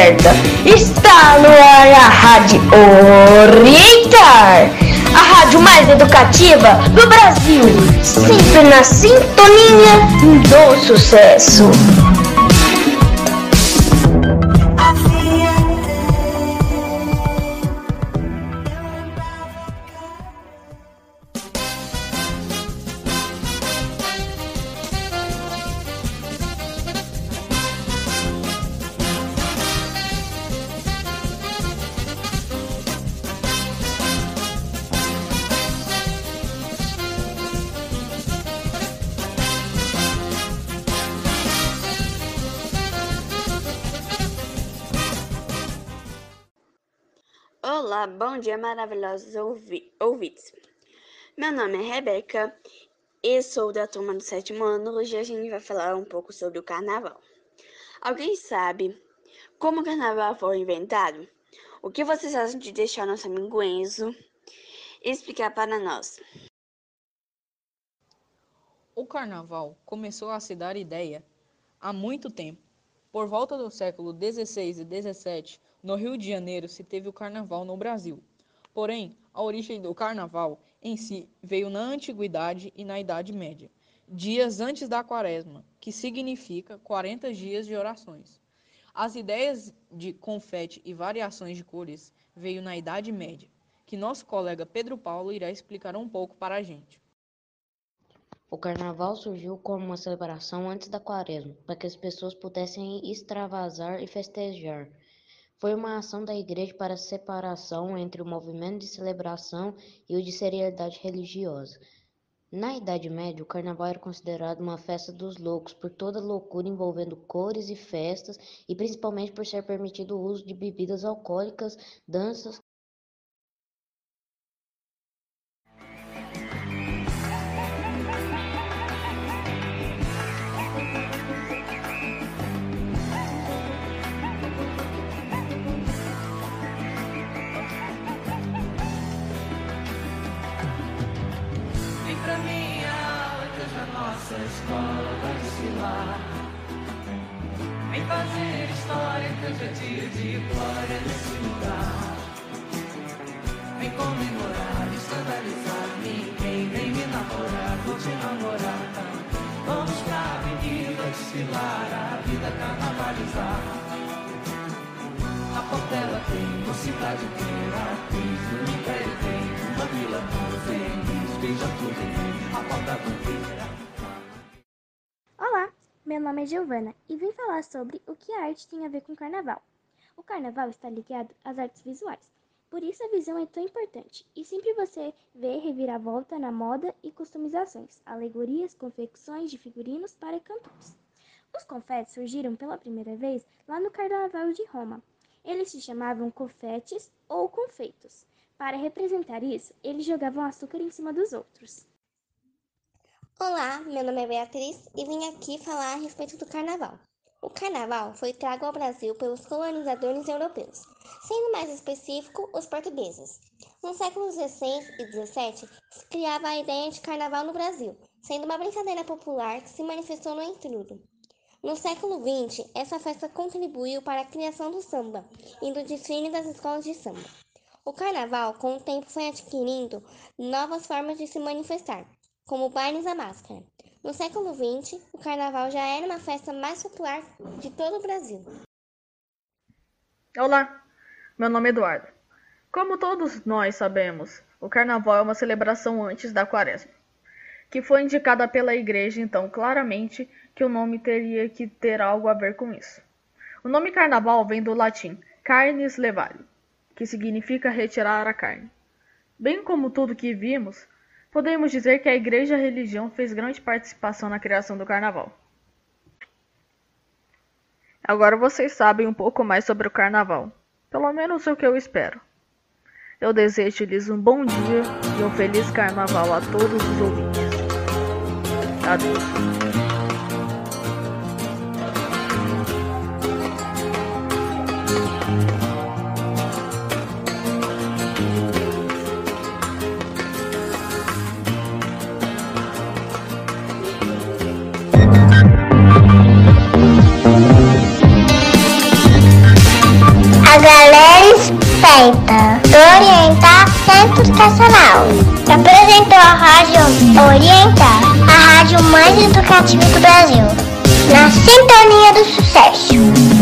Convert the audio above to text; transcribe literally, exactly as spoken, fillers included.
certa. Está no ar a Rádio Orientar, a rádio mais educativa do Brasil, sempre na sintonia do sucesso. Olá, bom dia, maravilhosos ouvi- ouvintes. Meu nome é Rebeca e sou da turma do sétimo ano. Hoje a gente vai falar um pouco sobre o carnaval. Alguém sabe como o carnaval foi inventado? O que vocês acham de deixar nosso amigo Enzo explicar para nós? O carnaval começou a se dar ideia há muito tempo. Por volta do século dezesseis e dezessete, no Rio de Janeiro se teve o carnaval no Brasil. Porém, a origem do carnaval em si veio na Antiguidade e na Idade Média, dias antes da Quaresma, que significa quarenta dias de orações. As ideias de confete e variações de cores veio na Idade Média, que nosso colega Pedro Paulo irá explicar um pouco para a gente. O carnaval surgiu como uma celebração antes da quaresma, para que as pessoas pudessem extravasar e festejar. Foi uma ação da igreja para a separação entre o movimento de celebração e o de seriedade religiosa. Na Idade Média, o carnaval era considerado uma festa dos loucos por toda a loucura envolvendo cores e festas, e principalmente por ser permitido o uso de bebidas alcoólicas, danças. Pra minha aula, que hoje a nossa escola vai desfilar. Vem fazer história, que hoje é dia de glória nesse lugar. Vem comemorar, escandalizar ninguém. Vem me namorar, vou te namorar. Vamos pra avenida desfilar, a vida carnavalizar. A Portela tem, uma cidade inteira tem, no Império tem, uma vila tão feliz, beija tudo em a porta bandeira. Olá, meu nome é Giovana e vim falar sobre o que a arte tem a ver com o carnaval. O carnaval está ligado às artes visuais, por isso a visão é tão importante, e sempre você vê reviravolta na moda e customizações, alegorias, confecções de figurinos para cantores. Os confetes surgiram pela primeira vez lá no Carnaval de Roma. Eles se chamavam confetes ou confeitos. Para representar isso, eles jogavam açúcar em cima dos outros. Olá, meu nome é Beatriz e vim aqui falar a respeito do carnaval. O carnaval foi trago ao Brasil pelos colonizadores europeus, sendo mais específico, os portugueses. No século dezesseis e dezessete, se criava a ideia de carnaval no Brasil, sendo uma brincadeira popular que se manifestou no intrudo. No século vinte, essa festa contribuiu para a criação do samba e do desfile das escolas de samba. O carnaval, com o tempo, foi adquirindo novas formas de se manifestar, como bailes à máscara. No século vinte, o carnaval já era uma festa mais popular de todo o Brasil. Olá, meu nome é Eduardo. Como todos nós sabemos, o carnaval é uma celebração antes da quaresma, que foi indicada pela igreja, então claramente que o nome teria que ter algo a ver com isso. O nome carnaval vem do latim carnis levare, que significa retirar a carne. Bem como tudo que vimos, podemos dizer que a igreja e a religião fez grande participação na criação do carnaval. Agora vocês sabem um pouco mais sobre o carnaval, pelo menos é o que eu espero. Eu desejo-lhes um bom dia e um feliz carnaval a todos os ouvintes. Adeus. galera esperta do Orientar Centro Educacional. Apresentou a Rádio Orientar, a rádio mais educativa do Brasil. Na sintonia do sucesso.